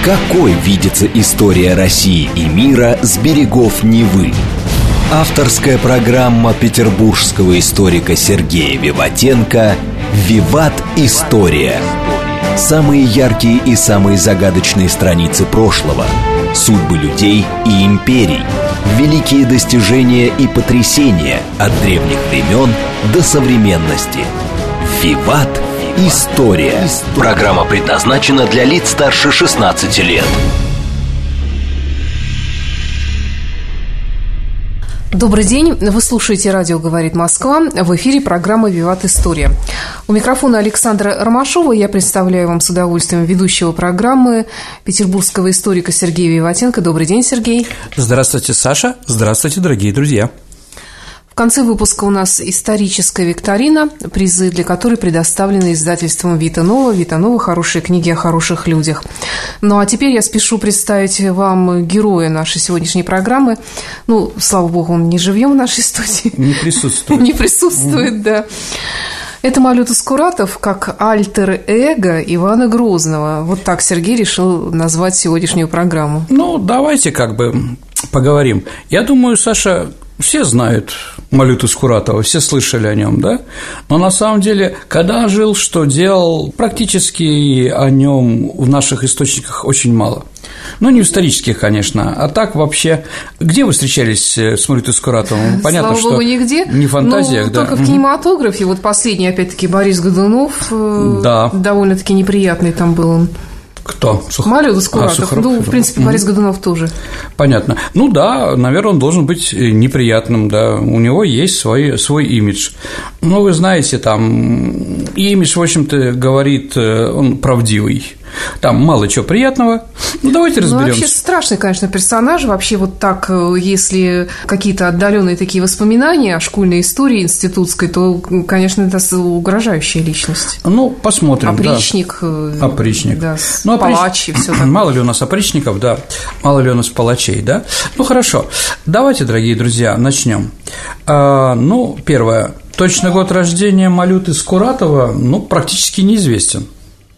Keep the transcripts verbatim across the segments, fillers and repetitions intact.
Какой видится история России и мира с берегов Невы? Авторская программа петербургского историка Сергея Виватенко «Виват. История». Самые яркие и самые загадочные страницы прошлого, судьбы людей и империй, великие достижения и потрясения от древних времен до современности. «Виват. История». Программа предназначена для лиц старше шестнадцати лет. Добрый день, вы слушаете «Радио говорит Москва», в эфире программа «Виват. История». У микрофона Александра Ромашова, я представляю вам с удовольствием ведущего программы петербургского историка Сергея Виватенко. Добрый день, Сергей. Здравствуйте, Саша. Здравствуйте, дорогие друзья. В конце выпуска у нас историческая викторина, призы для которой предоставлены издательством Вита Нова. Вита Нова – хорошие книги о хороших людях. Ну, а теперь я спешу представить вам героя нашей сегодняшней программы. Ну, слава богу, он не живьем в нашей студии. Не присутствует. Не присутствует, да. Это Малюта Скуратов, как альтер-эго Ивана Грозного. Вот так Сергей решил назвать сегодняшнюю программу. Ну, давайте как бы поговорим. Я думаю, Саша, все знают Малюту Скуратова, все слышали о нем, да? Но на самом деле, когда жил, что делал, практически о нем в наших источниках очень мало. Ну, не в исторических, конечно, а так вообще. Где вы встречались с Малютой Скуратовым? Понятно, Слава что богу, нигде. Не в фантазиях, но да. Только в кинематографе. Вот последний, опять-таки, Борис Годунов. Да. Довольно-таки неприятный там был он. Кто? Сух... Малюта Скуратов. А, ну, в принципе, Борис mm-hmm. Годунов тоже. Понятно. Ну да, наверное, он должен быть неприятным, да. У него есть свой, свой имидж. Но вы знаете, там имидж, в общем-то, говорит, он правдивый. Там мало чего приятного. Ну, давайте разберемся. Ну, вообще страшный, конечно, персонаж. Вообще вот так, если какие-то отдаленные такие воспоминания о школьной истории институтской, то, конечно, это угрожающая личность. Ну, посмотрим. Опричник. Да. Опричник. Да, ну, палач и все такое. Мало ли у нас опричников, да, мало ли у нас палачей, да. Ну, хорошо. Давайте, дорогие друзья, начнем. А, ну, первое. Точный год рождения Малюты Скуратова, ну, практически неизвестен.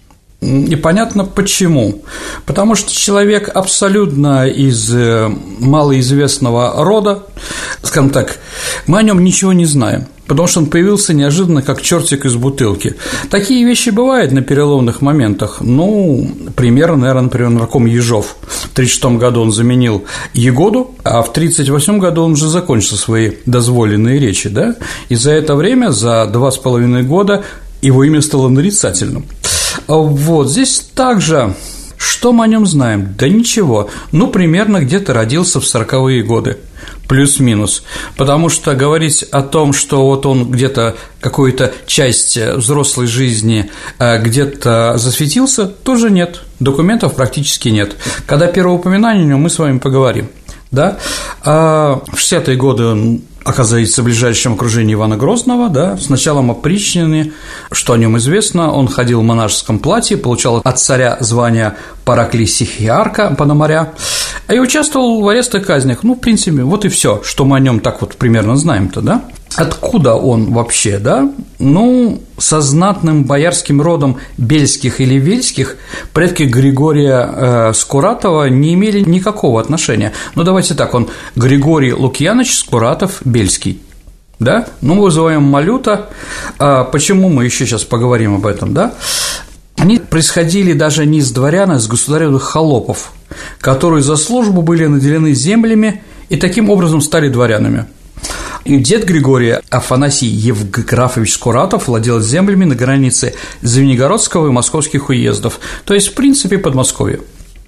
И понятно почему. Потому что человек абсолютно из малоизвестного рода, скажем так, мы о нем ничего не знаем, потому что он появился неожиданно, как чертик из бутылки. Такие вещи бывают на переломных моментах. Ну, примерно, наверное, например, нарком Ежов. В тридцать шестом году он заменил Егоду, а в тридцать восьмом году он уже закончил свои дозволенные речи, да? И за это время, за два с половиной года, его имя стало нарицательным. Вот, здесь также, что мы о нем знаем? Да ничего, ну, примерно где-то родился в сороковые годы, плюс-минус, потому что говорить о том, что вот он где-то какую-то часть взрослой жизни где-то засветился, тоже нет, документов практически нет. Когда первое упоминание о нем, мы с вами поговорим, да, а в шестидесятые годы он оказывается в ближайшем окружении Ивана Грозного, да, с началом опричнины, что о нем известно, он ходил в монашеском платье, получал от царя звание параклисихиарха Пономаря и участвовал в арестах и казнях. Ну, в принципе, вот и все, что мы о нем так вот примерно знаем-то, да. Откуда он вообще, да? Ну, со знатным боярским родом Бельских или Вельских предки Григория э, Скуратова не имели никакого отношения. Ну, давайте так, он Григорий Лукьянович Скуратов Бельский, да? Ну, мы вызываем Малюта. А почему, мы еще сейчас поговорим об этом, да? Они происходили даже не из дворян, а из государевых холопов, которые за службу были наделены землями и таким образом стали дворянами. И дед Григория, Афанасий Евграфович Скуратов, владел землями на границе Звенигородского и Московских уездов, то есть, в принципе, Подмосковье.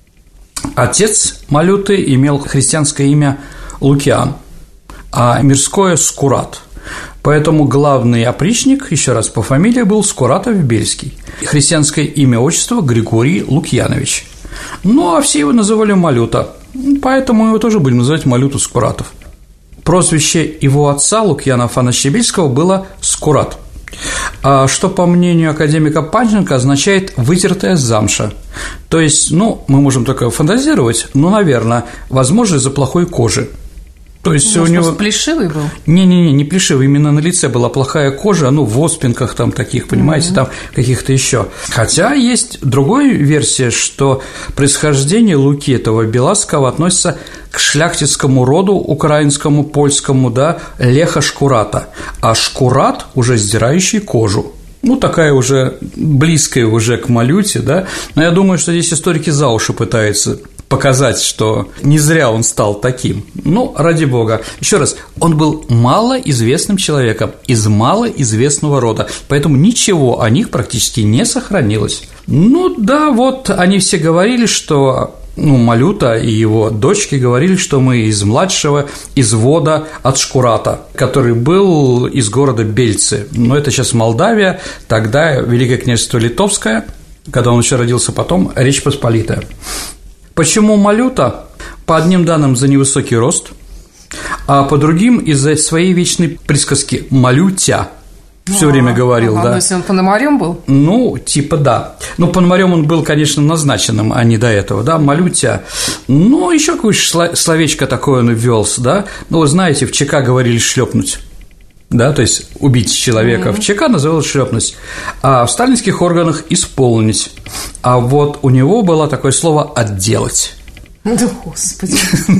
Отец Малюты имел христианское имя Лукиан, а мирское – Скурат. Поэтому главный опричник, еще раз по фамилии, был Скуратов-Бельский. Христианское имя-отчество – Григорий Лукьянович. Ну, а все его называли Малюта, поэтому его тоже будем называть Малюту Скуратов. Прозвище его отца, Лукьяна Афанасьевича Бельского, было Скурат, что, по мнению академика Панченко, означает «вытертая замша». То есть, ну, мы можем только фантазировать, но, наверное, возможно, из-за плохой кожи. То есть Может, у него плешивый был? Не-не-не, не плешивый, именно на лице была плохая кожа, ну, в оспинках там таких, понимаете, mm-hmm. там каких-то еще. Хотя есть другая версия, что происхождение Луки этого Беласкова относится к шляхтицкому роду украинскому, польскому, да, Леха Шкурата, а Шкурат уже сдирающий кожу. Ну, такая уже близкая уже к Малюте, да, но я думаю, что здесь историки за уши пытаются показать, что не зря он стал таким. Ну, ради бога. Еще раз, он был малоизвестным человеком из малоизвестного рода, поэтому ничего о них практически не сохранилось. Ну да, вот они все говорили, что ну, Малюта и его дочки говорили, что мы из младшего извода от Шкурата, который был из города Бельцы. Но это сейчас Молдавия, тогда Великое княжество Литовское, когда он еще родился потом, Речь Посполитая. Почему Малюта? По одним данным за невысокий рост, а по другим из-за своей вечной присказки «малютя». Все а, время говорил, ага, да. То есть он пономарем был? Ну, типа да. Ну, пономарем он был, конечно, назначенным, а не до этого, да, «малютя». Ну, еще какое-то словечко такое он ввел, да. Ну, вы знаете, в ЧК говорили «шлепнуть». Да, то есть убить человека mm-hmm. в ЧК называлось шлепнуть, а в сталинских органах исполнить. А вот у него было такое слово отделать. Да, господи.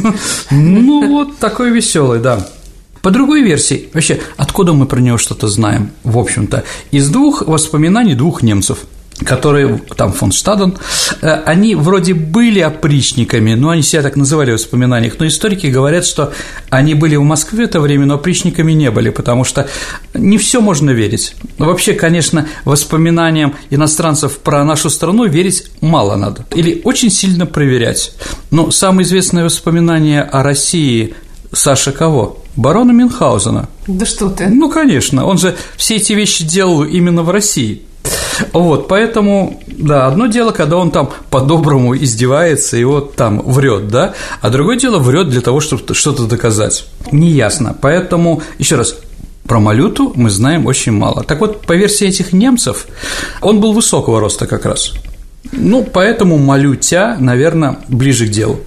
Ну, вот такой веселый, да. По другой версии, вообще, откуда мы про него что-то знаем, в общем-то, из двух воспоминаний двух немцев, которые, там, фон Штаден, они вроде были опричниками, но они себя так называли в воспоминаниях, но историки говорят, что они были в Москве в это время, но опричниками не были, потому что не все можно верить. Вообще, конечно, воспоминаниям иностранцев про нашу страну верить мало надо, или очень сильно проверять. Но самое известное воспоминание о России Саша кого? Барона Мюнхгаузена. Да что ты? Ну, конечно, он же все эти вещи делал именно в России. Вот, поэтому, да, одно дело, когда он там по-доброму издевается и вот там врет, да, а другое дело врет для того, чтобы что-то доказать. Неясно. Поэтому, еще раз, про Малюту мы знаем очень мало. Так вот, по версии этих немцев, он был высокого роста как раз. Ну, поэтому Малютя, наверное, ближе к делу.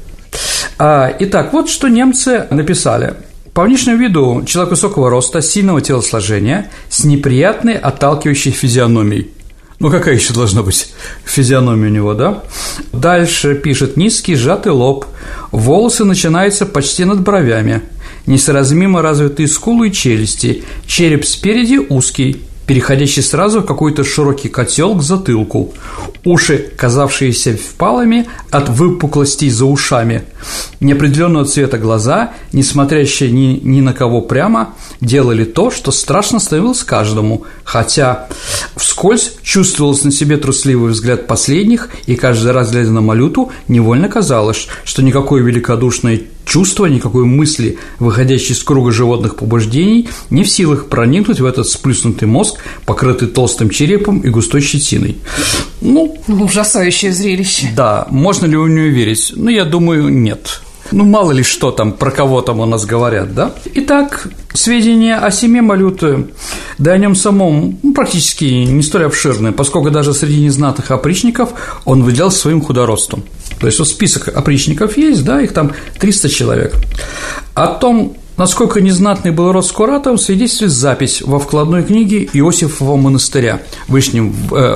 А, итак, вот что немцы написали. По внешнему виду человек высокого роста, сильного телосложения, с неприятной отталкивающей физиономией. Ну, какая еще должна быть физиономия у него, да? Дальше пишет: низкий сжатый лоб, волосы начинаются почти над бровями, несоразмерно развитые скулы и челюсти, череп спереди узкий, переходящий сразу в какой-то широкий котел к затылку, уши, казавшиеся впалыми от выпуклостей за ушами, неопределенного цвета глаза, не смотрящие ни, ни на кого прямо, делали то, что страшно становилось каждому, хотя вскользь чувствовалось на себе трусливый взгляд последних, и каждый раз, глядя на Малюту, невольно казалось, что никакое великодушное чувство, никакой мысли, выходящей из круга животных побуждений, не в силах проникнуть в этот сплюснутый мозг, покрытый толстым черепом и густой щетиной. Ну, ужасающее зрелище. Да, можно ли в него верить? Ну, я думаю, нет. Ну, мало ли что там, про кого там у нас говорят, да? Итак, сведения о семье Малюты, да о нем самом, ну, практически не столь обширные, поскольку даже среди незнатных опричников он выделялся своим худородством. То есть вот список опричников есть, да, их там триста человек. О том, насколько незнатный был род Скуратов, свидетельствует запись во вкладной книге Иосифова монастыря в Вышнем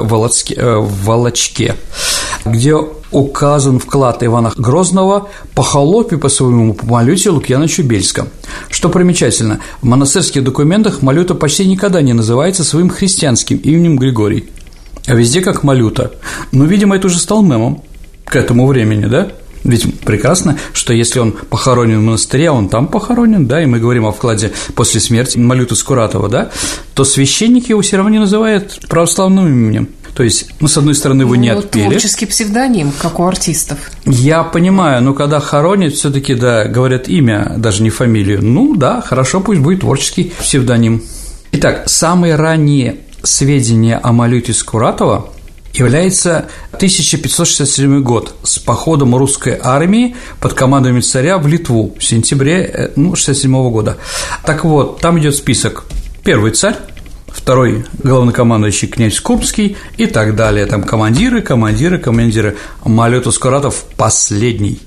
Волочке, где указан вклад Ивана Грозного по холопе по своему по Малюте Лукьяновичу Бельскому. Что примечательно, в монастырских документах Малюта почти никогда не называется своим христианским именем Григорий, а везде как Малюта. Но, видимо, это уже стал мемом к этому времени, да? Ведь прекрасно, что если он похоронен в монастыре, а он там похоронен, да, и мы говорим о вкладе после смерти Малюты Скуратова, да, то священник его все равно не называет православным именем. То есть, ну, с одной стороны, вы ну, не отпели. Творческий псевдоним, как у артистов. Я понимаю, но когда хоронят, все-таки, да, говорят имя, даже не фамилию. Ну, да, хорошо, пусть будет творческий псевдоним. Итак, самые ранние сведения о Малюте Скуратова является тысяча пятьсот шестьдесят седьмой год с походом русской армии под командованием царя в Литву в сентябре ну, шестьдесят седьмого года. Так вот, там идет список: первый царь, второй главнокомандующий князь Курбский и так далее. Там командиры, командиры, командиры. Малюта Скуратов последний.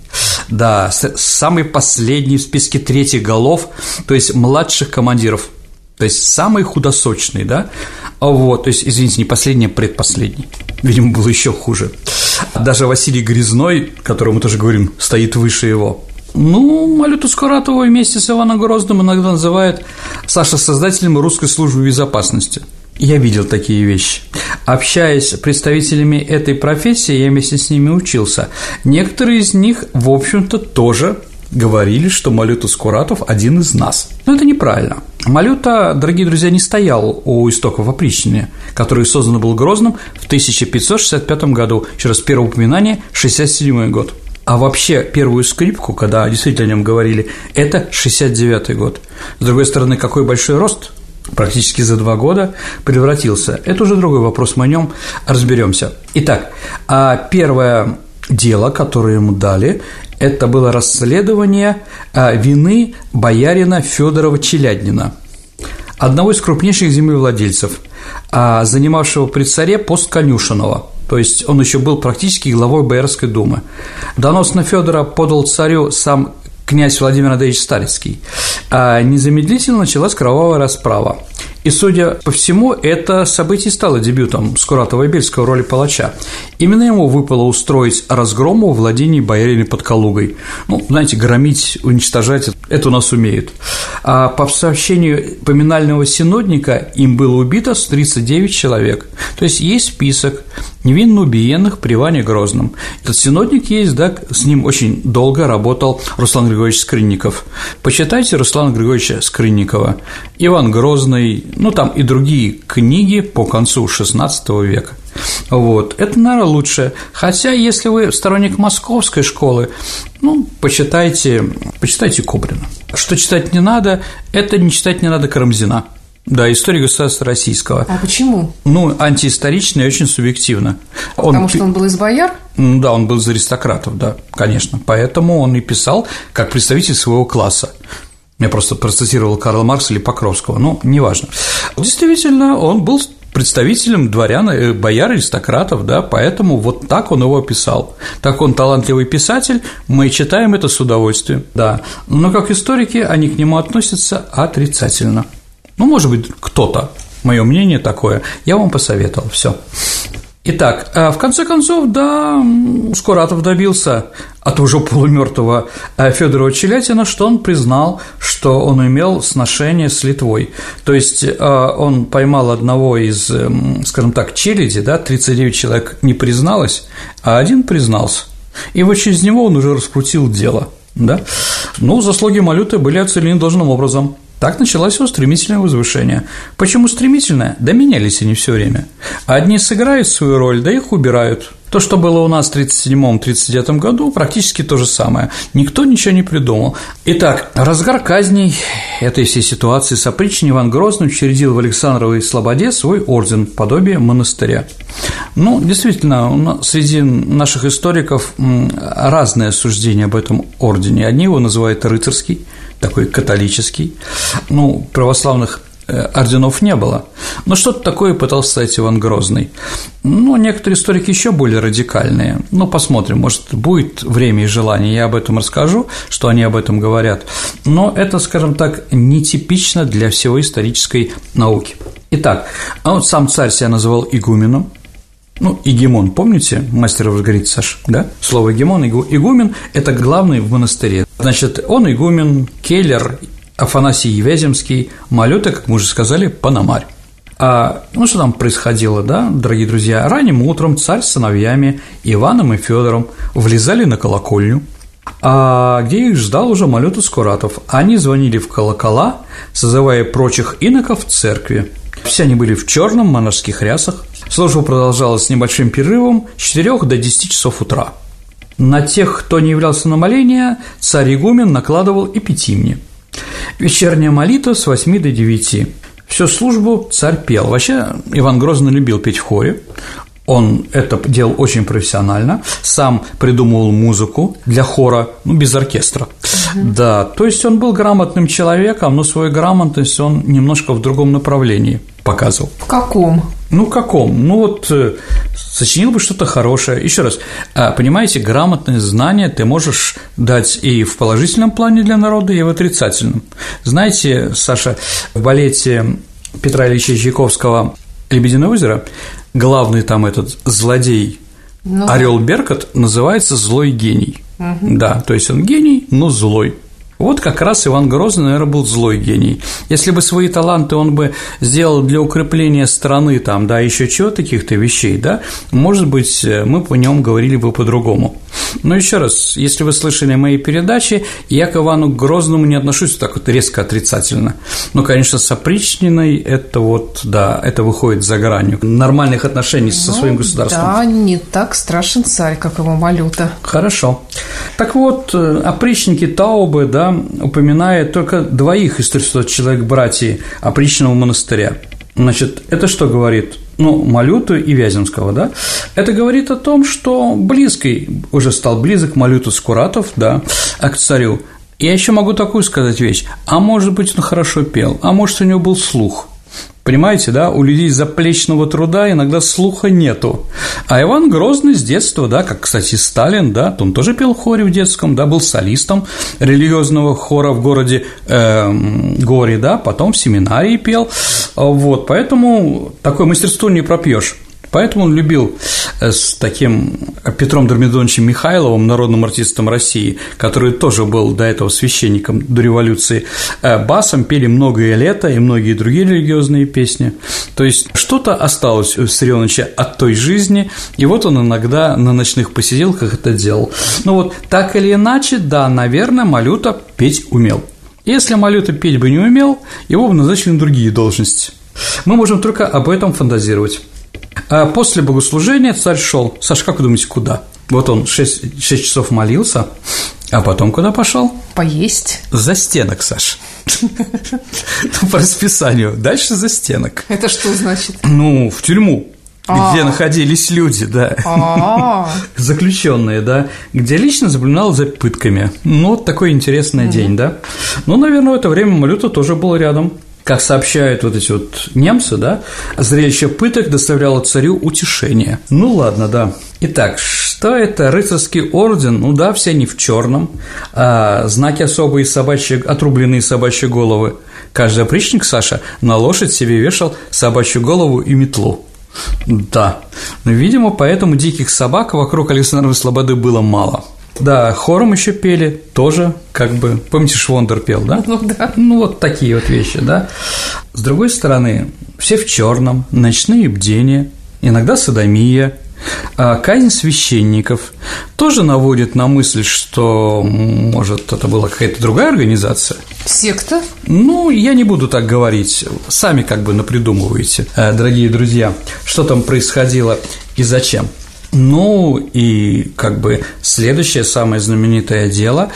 Да, самый последний в списке третьих голов, то есть младших командиров, то есть самый худосочный, да, вот, то есть, извините, не последний, а предпоследний, видимо, было еще хуже. Даже Василий Грязной, которому мы тоже говорим, стоит выше его. Ну, Малюту Скуратову вместе с Иваном Грозным иногда называют Саша создателем русской службы безопасности. Я видел такие вещи. Общаясь с представителями этой профессии, я вместе с ними учился. Некоторые из них, в общем-то, тоже говорили, что Малюта Скуратов один из нас. Но это неправильно. Малюта, дорогие друзья, не стоял у истоков опричнины, который создан был Грозным в тысяча пятьсот шестьдесят пятом году, еще раз первое упоминание, шестьдесят седьмой год. А вообще первую скрипку, когда действительно о нем говорили, это шестьдесят девятый год. С другой стороны, какой большой рост, практически за два года превратился. Это уже другой вопрос, мы о нем разберемся. Итак, первое дело, которое ему дали, это было расследование вины боярина Фёдорова Челяднина, одного из крупнейших землевладельцев, занимавшего при царе пост конюшенного. То есть он еще был практически главой Боярской думы. Донос на Фёдора подал царю сам князь Владимир Андреевич Старицкий. А незамедлительно началась кровавая расправа. И, судя по всему, это событие стало дебютом Скуратова и Бельского в роли палача. Именно ему выпало устроить разгром во владении боярина под Калугой. Ну, знаете, громить, уничтожать – это у нас умеют. А по сообщению поминального синодника им было убито тридцать девять человек. То есть есть список невинно убиенных при Иване Грозном. Этот синодник есть, да, с ним очень долго работал Руслан Григорьевич Скрынников. Почитайте Руслана Григорьевича Скрынникова, Иван Грозный, ну, там и другие книги по концу шестнадцатого века. Вот, это, наверное, лучше. Хотя, если вы сторонник московской школы, ну, почитайте, почитайте Кобрина. Что читать не надо, это не читать не надо Карамзина. Да, история государства российского. А почему? Ну, антиисторично и очень субъективно. Он Потому что он был из бояр? Ну, да, он был из аристократов, да, конечно. Поэтому он и писал как представитель своего класса. Я просто процитировал Карла Маркса или Покровского, ну, неважно. Действительно, он был представителем дворян, бояр, аристократов, да, поэтому вот так он его описал. Так он талантливый писатель, мы читаем это с удовольствием, да. Но как историки они к нему относятся отрицательно. Ну, может быть, кто-то, мое мнение такое, я вам посоветовал, все. Итак, в конце концов, да, Скуратов добился от уже полумертвого Фёдора Челядина, что он признал, что он имел сношение с Литвой. То есть он поймал одного из, скажем так, челяди, да, тридцать девять человек не призналось, а один признался. И вот через него он уже раскрутил дело, да. Ну, заслуги Малюты были оценены должным образом. Так началось его стремительное возвышение. Почему стремительное? Да менялись они все время. Одни сыграют свою роль, да их убирают. То, что было у нас в тридцать седьмом — тридцать девятом году, практически то же самое. Никто ничего не придумал. Итак, разгар казней этой всей ситуации сопричный Иван Грозный учредил в Александровой Слободе свой орден, подобие монастыря. Ну, действительно, среди наших историков разные суждения об этом ордене. Одни его называют рыцарский, такой католический, ну, православных орденов не было. Но что-то такое пытался стать Иван Грозный. Ну, некоторые историки еще более радикальные. Ну, посмотрим, может, будет время и желание, я об этом расскажу, что они об этом говорят. Но это, скажем так, нетипично для всего исторической науки. Итак, а вот сам царь себя называл игуменом. Ну, игемон, помните, мастер Маргарита, Саш, да? Слово игемон, игумен – это главный в монастыре. Значит, он игумен, келлер, Афанасий Вяземский, Малюта, как мы уже сказали, Пономарь. А, ну, что там происходило, да, дорогие друзья? Ранним утром царь с сыновьями Иваном и Фёдором влезали на колокольню, а где их ждал уже Малюта Скуратов. Они звонили в колокола, созывая прочих иноков в церкви. Все они были в черном монашеских рясах. Служба продолжалась с небольшим перерывом с четырёх до десяти часов утра. На тех, кто не являлся на моление, царь-игумен накладывал эпитимни. Вечерняя молитва с восьми до девяти. Всю службу царь пел. Вообще, Иван Грозный любил петь в хоре. Он это делал очень профессионально, сам придумывал музыку для хора, ну, без оркестра. Uh-huh. Да, то есть он был грамотным человеком, но свою грамотность он немножко в другом направлении показывал. В каком? Ну, каком? Ну, вот сочинил бы что-то хорошее. Еще раз, понимаете, грамотное знание ты можешь дать и в положительном плане для народа, и в отрицательном. Знаете, Саша, в балете Петра Ильича Чайковского «Лебединое озеро» главный там этот злодей ну, Орел Беркут называется «Злой гений». Угу. Да, то есть он гений, но злой. Вот как раз Иван Грозный, наверное, был злой гений. Если бы свои таланты он бы сделал для укрепления страны, там, да, еще чего-то, каких-то вещей, да, может быть, мы по нем говорили бы по-другому. Но еще раз, если вы слышали мои передачи, я к Ивану Грозному не отношусь так вот резко отрицательно. Но, конечно, с опричниной это вот, да, это выходит за гранью нормальных отношений со ну, своим государством. Да, не так страшен царь, как его Малюта. Хорошо. Так вот, опричники Таубы, да, упоминает только двоих из трехсот человек братьев опричного монастыря. Значит, это что говорит? Ну, Малюту и Вяземского, да? Это говорит о том, что близкий уже стал близок Малюту Скуратов, да, а к царю. Я еще могу такую сказать вещь. А может быть, он хорошо пел, а может, у него был слух. Понимаете, да, у людей заплечного труда иногда слуха нету. А Иван Грозный с детства, да, как, кстати, Сталин, да, он тоже пел в хоре в детском, да, был солистом религиозного хора в городе э, Горе, да, потом в семинарии пел, вот, поэтому такое мастерство не пропьешь. Поэтому он любил с таким Петром Дормидоновичем Михайловым, народным артистом России, который тоже был до этого священником до революции, басом пели «Многое лето» и многие другие религиозные песни. То есть что-то осталось у Виссарионовича от той жизни, и вот он иногда на ночных посиделках это делал. Ну вот, так или иначе, да, наверное, Малюта петь умел. Если Малюта петь бы не умел, его бы назначили на другие должности. Мы можем только об этом фантазировать. А после богослужения царь шел. Саш, как вы думаете, куда? Вот он шесть, шесть часов молился, а потом куда пошел? Поесть. За стенок, Саш. По расписанию. Дальше за стенок. Это что значит? Ну, в тюрьму, где находились люди, да, заключенные, да, где лично наблюдал за пытками. Ну, вот такой интересный день, да. Ну, наверное, в это время Малюта тоже был рядом. Как сообщают вот эти вот немцы, да, зрелище пыток доставляло царю утешение. Ну ладно, да. Итак, что это? Рыцарский орден, ну да, все они в черном, а знаки особые собачьи, отрубленные собачьи головы. Каждый опричник, Саша, на лошадь себе вешал собачью голову и метлу. Да, но, видимо, поэтому диких собак вокруг Александровой Слободы было мало. Да, хором еще пели, тоже, как бы, помните, Швондер пел, да? Ну, да. Ну, вот такие вот вещи, да. С другой стороны, все в черном, ночные бдения, иногда содомия, казнь священников тоже наводит на мысль, что, может, это была какая-то другая организация. Секта? Ну, я не буду так говорить, сами как бы напридумываете, дорогие друзья, что там происходило и зачем. Ну, и как бы следующее самое знаменитое дело,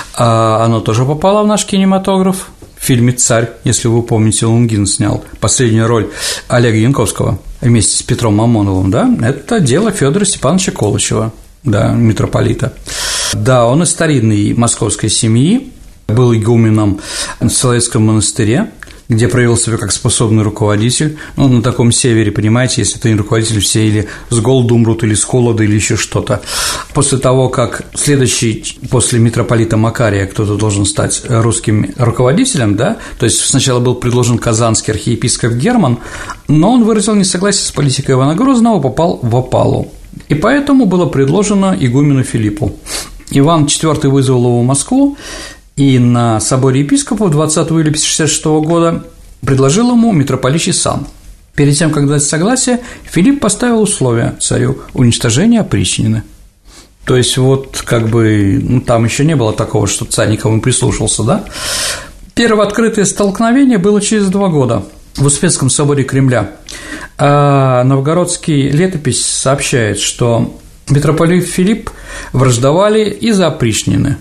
оно тоже попало в наш кинематограф. В фильме «Царь», если вы помните, Лунгин снял последнюю роль Олега Янковского вместе с Петром Мамоновым, да, это дело Федора Степановича Колычева, да, митрополита. Да, он из старинной московской семьи, был игуменом в Соловецком монастыре, где проявил себя как способный руководитель. Ну, на таком севере, понимаете, если ты не руководитель, все или с голоду умрут, или с холода, или еще что-то. После того, как следующий после митрополита Макария кто-то должен стать русским руководителем, да, то есть сначала был предложен казанский архиепископ Герман, но он выразил несогласие с политикой Ивана Грозного, попал в опалу. И поэтому было предложено игумену Филиппу. Иван четвёртый вызвал его в Москву, и на соборе епископов двадцатого июля тысяча девятьсот шестьдесят шестого года предложил ему митрополичий сан. Перед тем, как дать согласие, Филипп поставил условие царю – уничтожение опричнины. То есть, вот как бы, ну, там еще не было такого, что царь никому не прислушался, да? Первое открытое столкновение было через два года в Успенском соборе Кремля. А новгородский летопись сообщает, что митрополит Филипп враждовали из-за опричнины.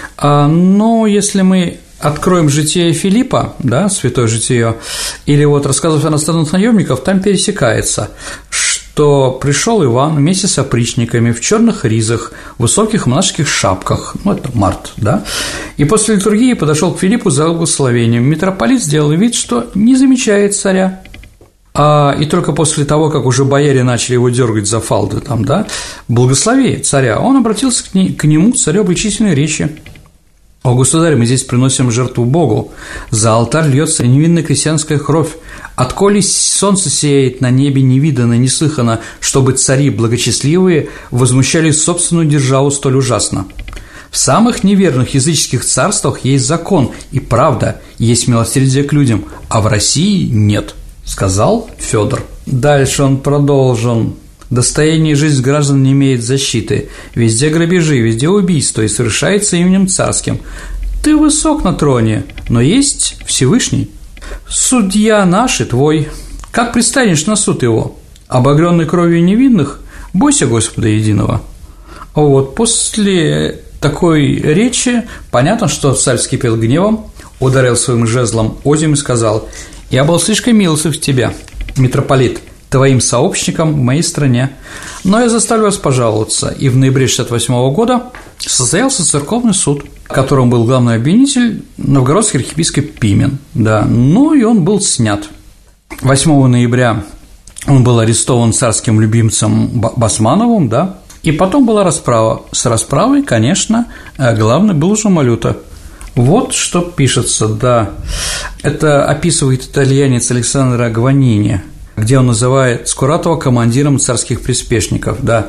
Но если мы откроем житие Филиппа, да, святое житие, или вот рассказов иностранных наемников, там пересекается, что пришел Иван вместе с опричниками в черных ризах, в высоких монашеских шапках, ну, это март, да, и после литургии подошел к Филиппу за благословением. Митрополит сделал вид, что не замечает царя. А, и только после того, как уже бояре начали его дергать за фалды, там, да, благослови царя, он обратился к, не, к нему с цареубличительной речи. «О, государь, мы здесь приносим жертву Богу, за алтарь льется невинная крестьянская кровь, отколи солнце сияет на небе невиданно, неслыханно, чтобы цари благочестливые возмущали собственную державу столь ужасно. В самых неверных языческих царствах есть закон и правда, есть милосердие к людям, а в России нет», – сказал Фёдор. Дальше он продолжил. «Достояние и жизнь граждан не имеет защиты. Везде грабежи, везде убийства, и совершается именем царским. Ты высок на троне, но есть Всевышний. Судья наш и твой. Как пристанешь на суд его? Обогрённый кровью невинных, бойся Господа единого». Вот после такой речи понятно, что царь вскипел гневом, ударил своим жезлом озимь и сказал: «Я был слишком милостив в тебя, митрополит, твоим сообщникам в моей стране, но я заставлю вас пожаловаться». И в ноябре шестьдесят восьмого года состоялся церковный суд, в котором был главный обвинитель новгородский архиепископ Пимен, да, ну и он был снят. восьмого ноября он был арестован царским любимцем Басмановым, да, и потом была расправа. С расправой, конечно, главный был уже Малюта. Вот что пишется, да. Это описывает итальянец Александро Гванини, где он называет Скуратова командиром царских приспешников, да.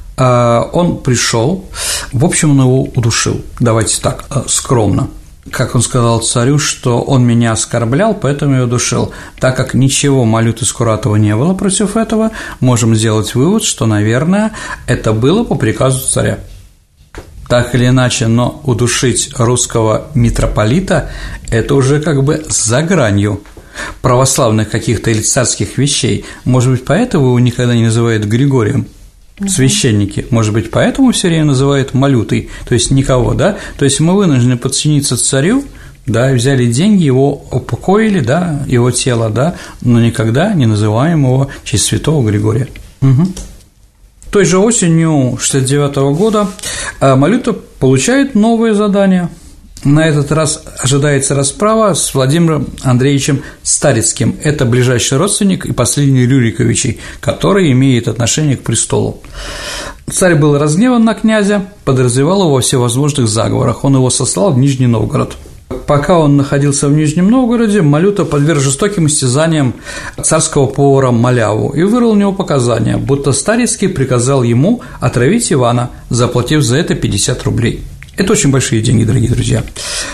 Он пришел, в общем, он его удушил, давайте так, скромно. Как он сказал царю, что он меня оскорблял, поэтому я удушил. Так как ничего Малюты Скуратова не было против этого, можем сделать вывод, что, наверное, это было по приказу царя. Так или иначе, но удушить русского митрополита – это уже как бы за гранью православных каких-то или царских вещей. Может быть, поэтому его никогда не называют Григорием, священники, может быть, поэтому все время называют Малютой, то есть никого, да, то есть мы вынуждены подчиниться царю, да, взяли деньги, его упокоили, да, его тело, да, но никогда не называем его в честь святого Григория. Угу. Той же осенью шестьдесят девятого года Малюта получает новое задание. На этот раз ожидается расправа с Владимиром Андреевичем Старицким. Это ближайший родственник и последний Рюриковичей, который имеет отношение к престолу. Царь был разгневан на князя, подозревал его во всевозможных заговорах. Он его сослал в Нижний Новгород. Пока он находился в Нижнем Новгороде, Малюта подверг жестоким истязаниям царского повара Маляву и вырвал у него показания, будто Старицкий приказал ему отравить Ивана, заплатив за это пятьдесят рублей. Это очень большие деньги, дорогие друзья.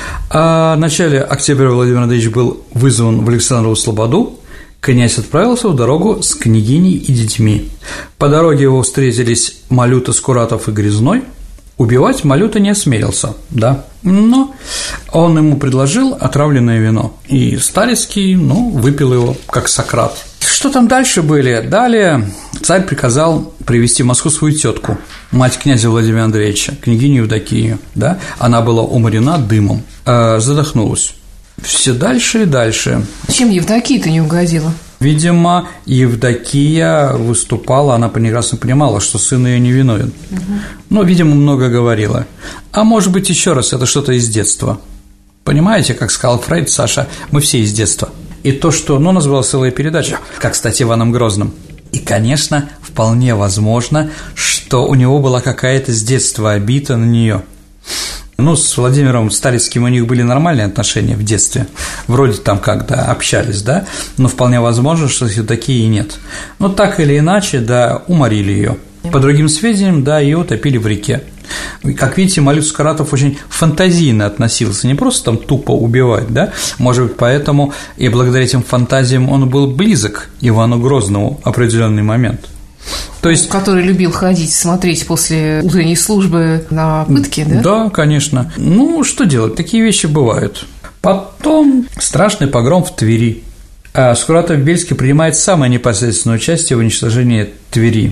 А в начале октября Владимир Андреевич был вызван в Александрову Слободу. Князь отправился в дорогу с княгиней и детьми. По дороге его встретились Малюта, Скуратов и Грязной. Убивать Малюта не осмелился, да, но он ему предложил отравленное вино, и Старицкий, ну, выпил его, как Сократ. Что там дальше были? Далее царь приказал привести в Москву свою тетку, мать князя Владимира Андреевича, княгиню Евдокию, да, она была уморена дымом, э, задохнулась. Все дальше и дальше. Чем Евдокия-то не угодила? Видимо, Евдокия выступала, она прекрасно понимала, что сын ее невиновен. Угу. Но, видимо, много говорила. А может быть, еще раз, это что-то из детства. Понимаете, как сказал Фрейд, Саша, мы все из детства. И то, что, ну, называлась целая передача, как стать Иваном Грозным. И, конечно, вполне возможно, что у него была какая-то с детства обида на нее. Ну, с Владимиром Старицким у них были нормальные отношения в детстве, вроде там как-то общались, да, но вполне возможно, что такие и нет. Но так или иначе, да, уморили ее. По другим сведениям, да, ее утопили в реке. Как видите, Малюта Скуратов очень фантазийно относился, не просто там тупо убивать, да, может быть, поэтому и благодаря этим фантазиям он был близок Ивану Грозному в определенный момент. То есть, который любил ходить, смотреть после утренней службы на пытки, да? Да, конечно. Ну, что делать, такие вещи бывают. Потом страшный погром в Твери. А Скуратов-Бельский принимает самое непосредственное участие в уничтожении Твери.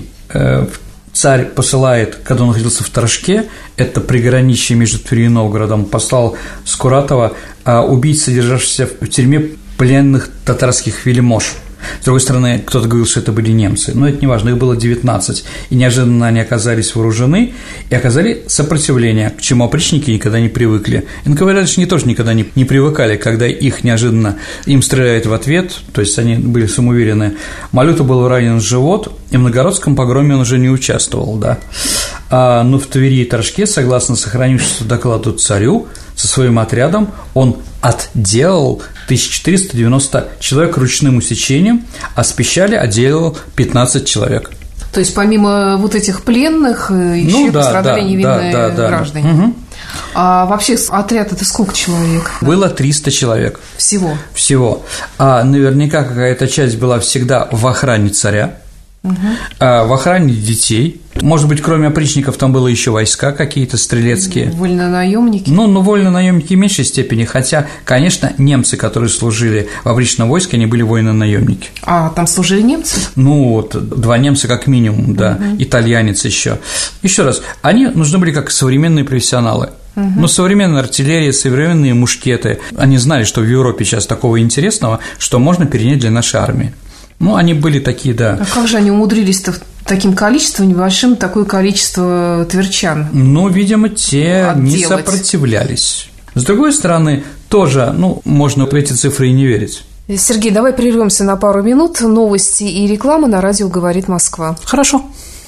Царь посылает, когда он находился в Торжке, это приграничье между Тверью и Новгородом, послал Скуратова убить содержавшихся в тюрьме пленных татарских вельмож. С другой стороны, кто-то говорил, что это были немцы, но это не важно, их было девятнадцать, и неожиданно они оказались вооружены и оказали сопротивление, к чему опричники никогда не привыкли. эн ка вэ дэ тоже никогда не, не привыкали, когда их неожиданно им стреляют в ответ, то есть они были самоуверены. Малюта был ранен в живот, и в Новгородском погроме он уже не участвовал, да. А, но в Твери и Торжке, согласно сохранившемуся докладу царю, со своим отрядом он отделал тысяча четыреста девяносто человек ручным усечением, а с Пищали отделал пятнадцать человек. То есть помимо вот этих пленных еще ну, да, пострадали да, невинные да, да, граждане. Угу. А вообще отряд – это сколько человек? Было триста человек. Всего? Всего. А наверняка какая-то часть была всегда в охране царя. Угу. В охране детей. Может быть, кроме опричников, там было еще войска какие-то стрелецкие. Вольнонаемники? Ну, ну вольнонаемники в меньшей степени, хотя, конечно, немцы, которые служили в опричном войске, они были военно-наемники. А там служили немцы? Ну, вот, два немца как минимум, да, угу. Итальянец еще. Еще раз, они нужны были как современные профессионалы. Угу. Но современная артиллерия, современные мушкеты, они знали, что в Европе сейчас такого интересного, что можно перенять для нашей армии. Ну, они были такие, да. А как же они умудрились-то таким количеством небольшим, такое количество тверчан? Ну, видимо, те отделать. Не сопротивлялись. С другой стороны, тоже, ну, можно в эти цифры и не верить. Сергей, давай прервемся на пару минут. Новости и реклама на радио «Говорит Москва». Хорошо.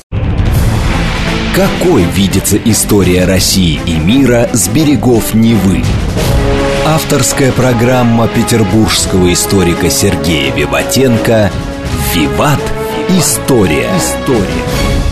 Какой видится история России и мира с берегов Невы? Авторская программа петербургского историка Сергея Виватенко «Виват. История». История.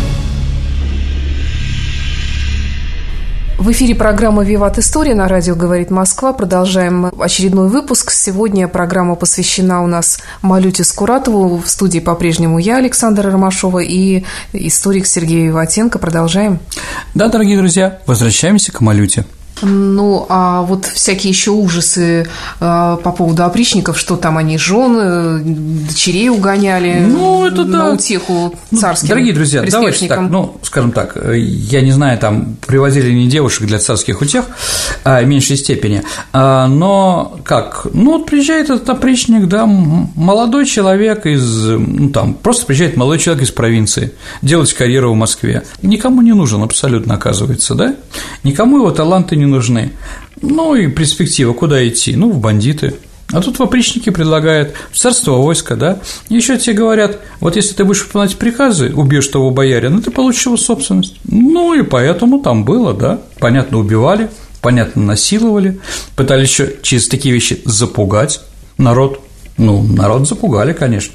В эфире программа «Виват. История» на радио «Говорит Москва». Продолжаем очередной выпуск. Сегодня программа посвящена у нас Малюте Скуратову. В студии по-прежнему я, Александра Ромашова, и историк Сергей Виватенко. Продолжаем. Да, дорогие друзья, возвращаемся к Малюте. Ну, а вот всякие еще ужасы э, по поводу опричников, что там они жен, дочерей угоняли, ну, это на да. утеху царским. Дорогие друзья, давайте так, ну, скажем так, я не знаю, там привозили не девушек для царских утех, а в меньшей степени, а, но как, ну, вот приезжает этот опричник, да, молодой человек из, ну, там, просто приезжает молодой человек из провинции делать карьеру в Москве, никому не нужен абсолютно, оказывается, да, никому его таланты не нужны. Ну и перспектива, куда идти? Ну, в бандиты. А тут в опричники предлагают в царство войска, да? Еще тебе говорят, вот если ты будешь выполнять приказы, убьешь того боярина, ты получишь его собственность. Ну и поэтому там было, да? Понятно, убивали, понятно, насиловали, пытались еще через такие вещи запугать народ. Ну, народ запугали, конечно.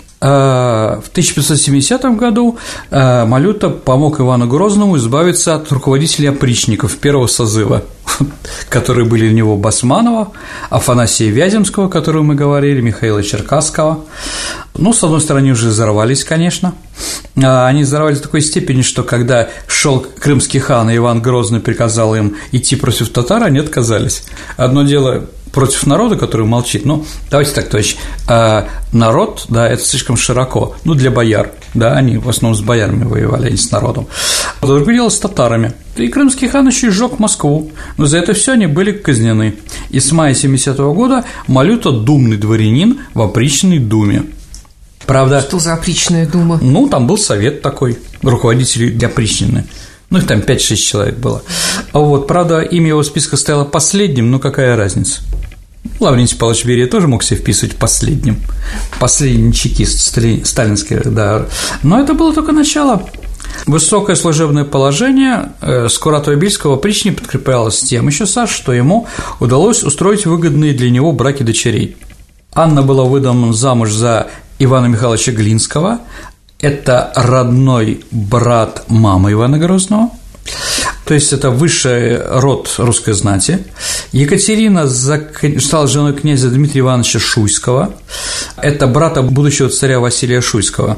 В тысяча пятьсот семидесятом году Малюта помог Ивану Грозному избавиться от руководителей опричников первого созыва, которые были у него Басманова, Афанасия Вяземского, о котором мы говорили, Михаила Черкасского. Ну, с одной стороны, уже взорвались, конечно. Они взорвались в такой степени, что когда шел крымский хан, и Иван Грозный приказал им идти против татар, они отказались. Одно дело против народа, который молчит, ну, давайте так, товарищи, а народ, да, это слишком широко, ну, для бояр, да, они в основном с боярами воевали, а не с народом, а другое дело с татарами, и крымский хан еще и сжег Москву, но за это все они были казнены, и с мая семидесятого года Малюта – думный дворянин в опричной думе. Правда, что за опричная дума? Ну, там был совет такой, руководителей для опричнины. Ну, их там пять-шесть человек было. А вот, правда, имя его в списках стояло последним, но какая разница? Лаврентий Павлович Берия тоже мог себе вписывать последним. Последний чекист сталинский, да. Но это было только начало. Высокое служебное положение Скуратова-Бельского опричника подкреплялось тем еще, Саш, что ему удалось устроить выгодные для него браки дочерей. Анна была выдана замуж за Ивана Михайловича Глинского. Это родной брат мамы Ивана Грозного, то есть это высший род русской знати. Екатерина стала женой князя Дмитрия Ивановича Шуйского, это брата будущего царя Василия Шуйского.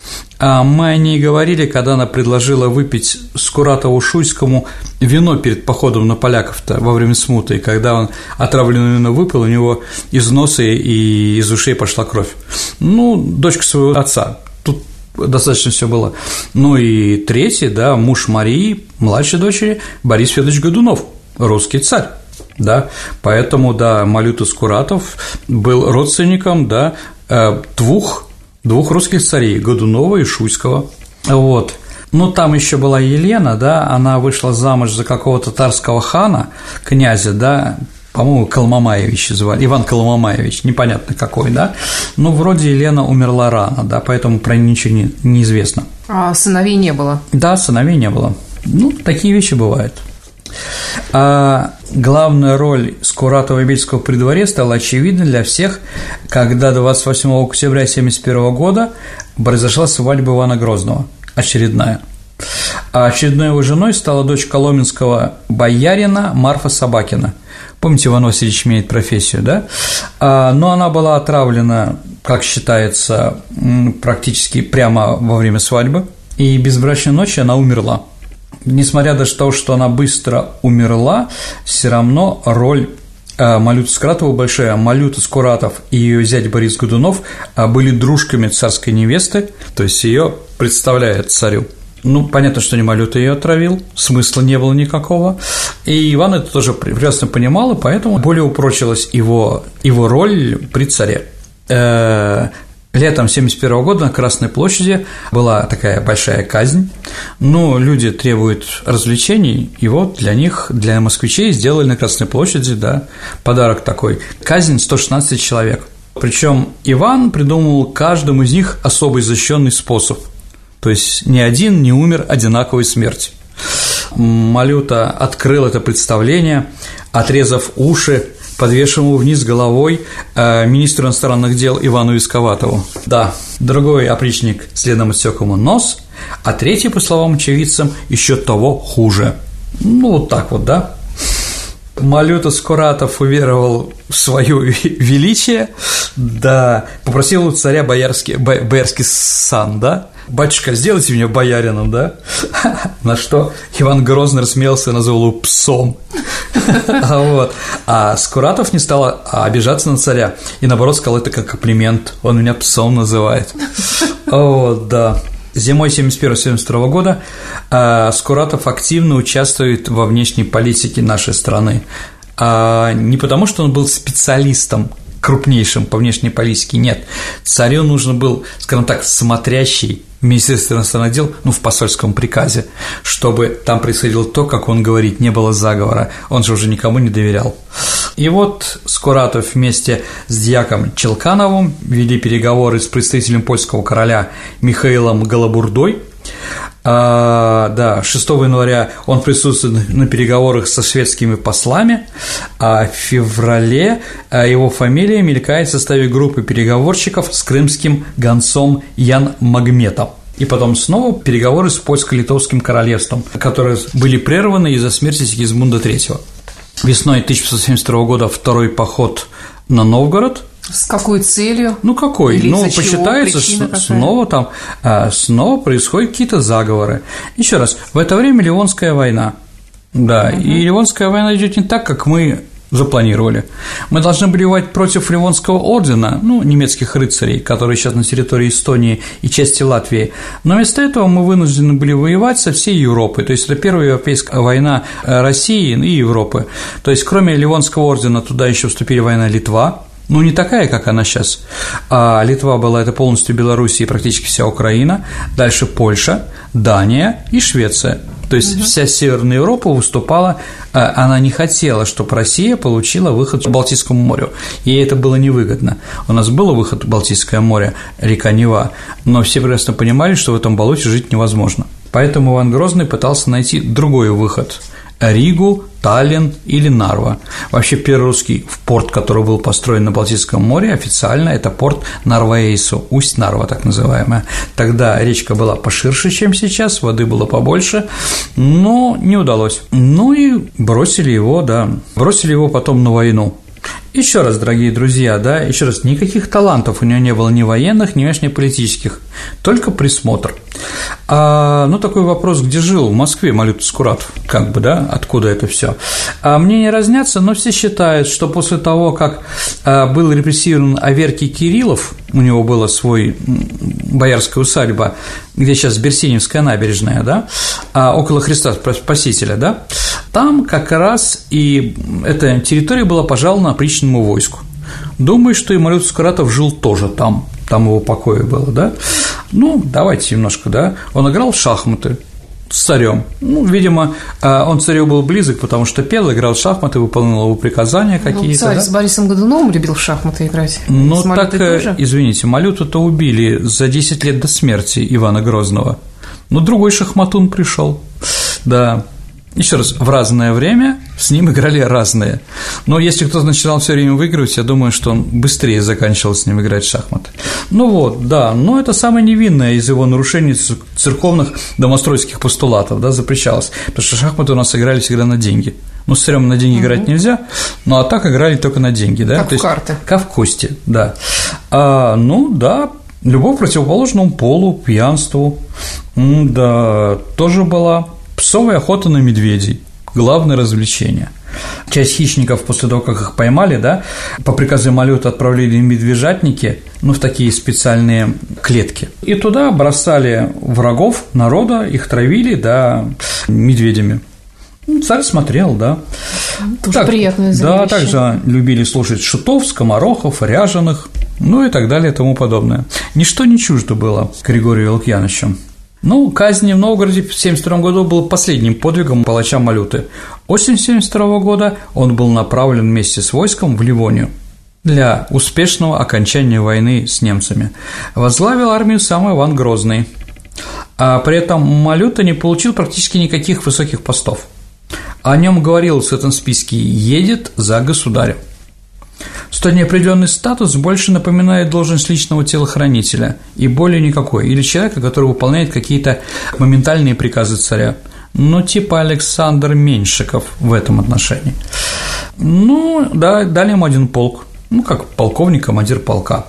А мы о ней говорили, когда она предложила выпить Скуратову-Шуйскому вино перед походом на поляков-то во время смуты, и когда он отравленное вино выпил, у него из носа и из ушей пошла кровь. Ну, дочка своего отца. Тут достаточно все было. Ну и третий, да, муж Марии, младшей дочери, Борис Федорович Годунов, русский царь, да, поэтому, да, Малюта Скуратов был родственником, да, двух двух русских царей – Годунова и Шуйского. Вот. Ну, там еще была Елена, да, она вышла замуж за какого-то татарского хана, князя, да, по-моему, Колмамаевич звали, Иван Колмамаевич, непонятно какой, да, но вроде Елена умерла рано, да, поэтому про нее ничего не, неизвестно. А сыновей не было? Да, сыновей не было. Ну, такие вещи бывают. А главная роль Скуратова и Бельского при дворе стала очевидна для всех, когда двадцать восьмого октября тысяча девятьсот семьдесят первого года произошла свадьба Ивана Грозного, очередная. А очередной его женой стала дочь коломенского боярина Марфа Собакина. Помните, Иван Васильевич меняет профессию, да? А, но она была отравлена, как считается, практически прямо во время свадьбы, и без брачной ночи она умерла. Несмотря на то, что она быстро умерла, все равно роль Малюты Скуратовой большая. Малюта Скуратов и ее зять Борис Годунов были дружками царской невесты, то есть ее представляет царю. Ну, понятно, что не Малюта ее отравил, смысла не было никакого, и Иван это тоже прекрасно понимал, и поэтому более упрочилась его, его роль при царе. Летом семьдесят первого года на Красной площади была такая большая казнь, но люди требуют развлечений, и вот для них, для москвичей сделали на Красной площади, да, подарок такой – казнь сто шестнадцать человек. Причем Иван придумал каждому из них особый защищенный способ, то есть ни один не умер одинаковой смертью. Малюта открыл это представление, отрезав уши, подвешен его вниз головой э, министру иностранных дел Ивану Висковатову. Да, другой опричник следом отсек ему нос, а третий, по словам очевидцам, еще того хуже. Ну, вот так вот, да. Малюта Скуратов уверовал в свое величие, да, попросил у царя боярский, боярский сан, да, батюшка, сделайте меня боярином, да, на что Иван Грозный рассмеялся и назвал его псом, вот, а Скуратов не стал обижаться на царя и, наоборот, сказал это как комплимент, он меня псом называет, вот, да. Зимой семьдесят первого — семьдесят второго года Скуратов активно участвует во внешней политике нашей страны. Не потому, что он был специалистом крупнейшим по внешней политике, нет. Царю нужен был, скажем так, смотрящий в Министерстве иностранных дел, ну, в посольском приказе, чтобы там происходило то, как он говорит, не было заговора, он же уже никому не доверял. И вот Скуратов вместе с дьяком Челкановым вели переговоры с представителем польского короля Михаилом Голобурдой. А, да, шестого января он присутствует на переговорах со шведскими послами, а в феврале его фамилия мелькает в составе группы переговорщиков с крымским гонцом Ян Магметом. И потом снова переговоры с польско-литовским королевством, которые были прерваны из-за смерти Сигизмунда третьего. Весной тысяча пятьсот семьдесят второго года второй поход на Новгород. С какой целью? Ну, какой? Или ну, посчитается, снова там снова происходят какие-то заговоры. Еще раз, в это время Ливонская война. Да, угу. И Ливонская война идет не так, как мы запланировали. Мы должны были воевать против Ливонского ордена, ну, немецких рыцарей, которые сейчас на территории Эстонии и части Латвии, но вместо этого мы вынуждены были воевать со всей Европой, то есть это первая европейская война России и Европы, то есть кроме Ливонского ордена туда еще вступили война Литва, ну, не такая, как она сейчас, а Литва была это полностью Белоруссия и практически вся Украина, дальше Польша, Дания и Швеция. То есть угу. Вся Северная Европа выступала, она не хотела, чтобы Россия получила выход к Балтийскому морю, ей это было невыгодно. У нас был выход в Балтийское море, река Нева, но все прекрасно понимали, что в этом болоте жить невозможно. Поэтому Иван Грозный пытался найти другой выход – Ригу, Таллин или Нарва. Вообще первый русский порт, который был построен на Балтийском море, официально это порт Нарва-Эйсу, Усть-Нарва так называемая. Тогда речка была поширше, чем сейчас, воды было побольше, но не удалось. Ну и бросили его, да, бросили его потом на войну. Еще раз, дорогие друзья, да, еще раз, никаких талантов у него не было ни военных, ни внешнеполитических, только присмотр. А, ну, такой вопрос, где жил в Москве Малюта Скуратов, как бы, да, откуда это все? А, мнения разнятся, но все считают, что после того, как а, был репрессирован Аверкий Кириллов, у него была свой боярская усадьба, где сейчас Берсеневская набережная, да, а, около Христа Спасителя, да, там как раз и эта территория была пожалована опричному войску. Думаю, что и Малюта Скуратов жил тоже там. там его покоя было, да. Ну, давайте немножко, да. Он играл в шахматы с царем. Ну, видимо, он царю был близок, потому что пел, играл в шахматы, выполнял его приказания какие-то. Ну, царь да? с Борисом Годуновым любил в шахматы играть. Ну, так, тоже? Извините, Малюту-то убили за десять лет до смерти Ивана Грозного. Но другой шахматун пришел, да. Еще раз, в разное время с ним играли разные. Но если кто-то начинал все время выигрывать, я думаю, что он быстрее заканчивал с ним играть в шахматы. Ну вот, да, но это самое невинное из его нарушений церковных домостройских постулатов, да, запрещалось. Потому что шахматы у нас играли всегда на деньги. Ну, с царем на деньги угу. играть нельзя, ну а так играли только на деньги, да. Как То в карты. Как в кости, да. А, ну, да. Любовь к противоположному полу, пьянству, да, тоже была. Псовая охота на медведей – главное развлечение. Часть хищников после того, как их поймали, да, по приказу Малюта отправляли медвежатники, ну, в такие специальные клетки. И туда бросали врагов народа, их травили, да, медведями. Ну, царь смотрел, да. Тоже так, приятное зрелище. Да, также любили слушать шутов, скоморохов, ряженых, ну и так далее и тому подобное. Ничто не чуждо было Григорию Лукьяновичу. Ну, казнь в Новгороде в семьдесят втором году был последним подвигом палача Малюты. Осенью семьдесят второго года он был направлен вместе с войском в Ливонию для успешного окончания войны с немцами. Возглавил армию сам Иван Грозный, а при этом Малюта не получил практически никаких высоких постов. О нем говорилось в этом списке «едет за государем». Столь неопределенный статус больше напоминает должность личного телохранителя и более никакой, или человека, который выполняет какие-то моментальные приказы царя, ну, типа Александр Меньшиков в этом отношении. Ну, да, дали ему один полк, ну, как полковник, командир полка.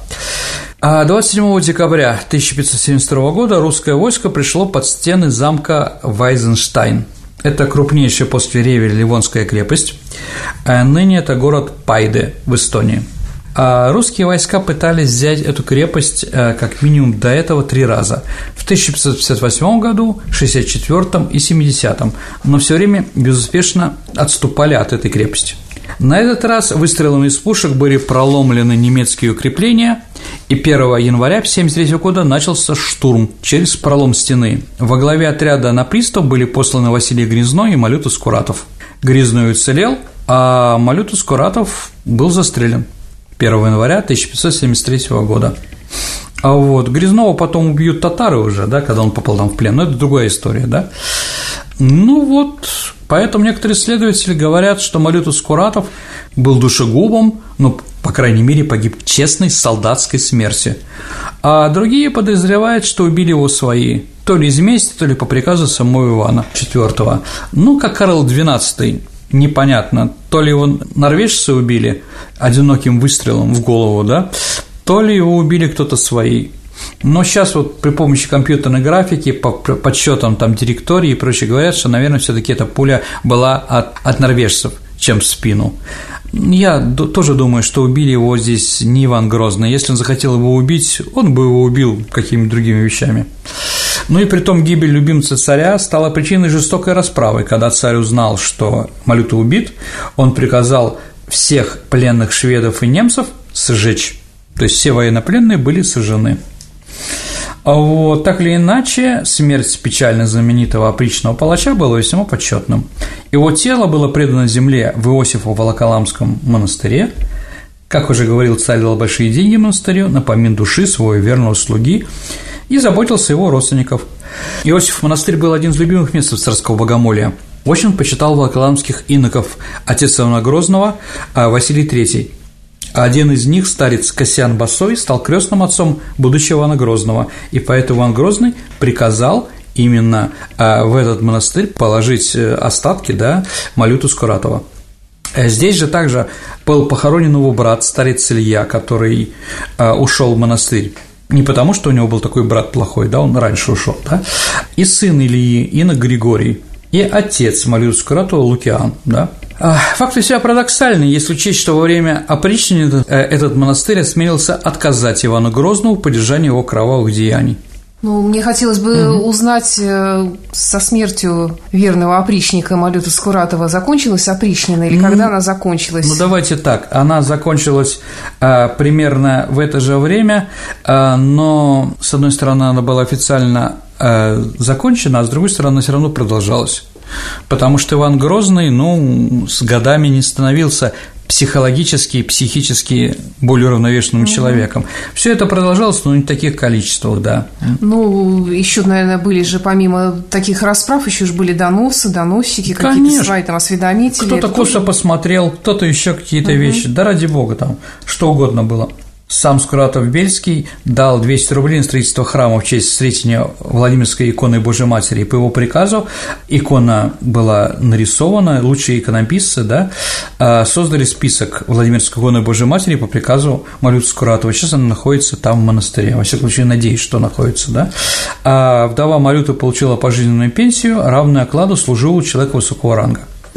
А двадцать седьмого декабря тысяча пятьсот семьдесят второго года русское войско пришло под стены замка Вайзенштайн. Это крупнейшая после Ревеля Ливонская крепость, а ныне это город Пайде в Эстонии. А русские войска пытались взять эту крепость как минимум до этого три раза – в тысяча пятьсот пятьдесят восьмом году, шестьдесят четвёртом и семидесятом, но все время безуспешно отступали от этой крепости. На этот раз выстрелами из пушек были проломлены немецкие укрепления, и первого января тысяча девятьсот семьдесят третьего года начался штурм через пролом стены. Во главе отряда на приступ были посланы Василий Грязной и Малюта Скуратов. Грязной уцелел, а Малюта Скуратов был застрелен первого января тысяча пятьсот семьдесят третьего года. А вот Грязного потом убьют татары уже, да, когда он попал там в плен, но это другая история, да. Ну вот, поэтому некоторые исследователи говорят, что Малюта Скуратов был душегубом, ну, по крайней мере, погиб честной солдатской смерти, а другие подозревают, что убили его свои, то ли из мести, то ли по приказу самого Ивана четвёртого. Ну, как Карл двенадцатый, непонятно, то ли его норвежцы убили одиноким выстрелом в голову, да, то ли его убили кто-то свои. Но сейчас вот при помощи компьютерной графики, по подсчетам там директории и прочее говорят, что, наверное, все-таки эта пуля была от, от норвежцев, чем в спину. Я тоже думаю, что убили его здесь не Иван Грозный. Если он захотел его убить, он бы его убил какими-то другими вещами. Ну и притом гибель любимца царя стала причиной жестокой расправы. Когда царь узнал, что Малюта убит, он приказал всех пленных шведов и немцев сжечь. То есть все военнопленные были сожжены. А вот, так или иначе, смерть печально знаменитого опричного палача была весьма почетным. Его тело было предано земле в Иосифово-Волоколамском монастыре. Как уже говорил, царь дал большие деньги монастырю на помин души своего верного слуги и заботился о его родственников. Иосиф монастырь был один из любимых мест царского богомолия. Очень почитал волоколамских иноков, отец Ивана Грозного Василий третий. Один из них, старец Касьян Басой, стал крестным отцом будущего Ивана Грозного, и поэтому Иван Грозный приказал именно в этот монастырь положить остатки, да, Малюты Скуратова. Здесь же также был похоронен его брат, старец Илья, который ушел в монастырь. Не потому, что у него был такой брат плохой, да, он раньше ушел, да, и сын Ильи, инок Григорий, и отец Малюты Скуратова Лукиан, да. Факт весьма парадоксальный, если учесть, что во время опричнины этот монастырь осмелился отказать Ивану Грозному в поддержании его кровавых деяний. Ну, мне хотелось бы угу. узнать, со смертью верного опричника Малюты Скуратова закончилась опричнина или ну, когда она закончилась? Ну, давайте так. Она закончилась а, примерно в это же время, а, но, с одной стороны, она была официально а, закончена, а с другой стороны, она все равно продолжалась. Потому что Иван Грозный, ну, с годами не становился психологически и психически более уравновешенным mm-hmm. человеком. Все это продолжалось, но не в таких количествах, да. Ну, еще, наверное, были же, помимо таких расправ, еще же были доносы, доносчики, Конечно. какие-то свои там осведомители. Кто-то косо тоже... посмотрел, кто-то еще какие-то mm-hmm. вещи. Да ради бога, там что угодно было. Сам Скуратов-Бельский дал двести рублей на строительство храма в честь встретения Владимирской иконы Божьей Матери. И по его приказу икона была нарисована, лучшие иконописцы, да, создали список Владимирской иконы Божьей Матери по приказу Малюты Скуратовой. Сейчас она находится там в монастыре, во всяком случае, надеюсь, что находится, да. А вдова Малюты получила пожизненную пенсию, равную окладу служилого человека высокого ранга.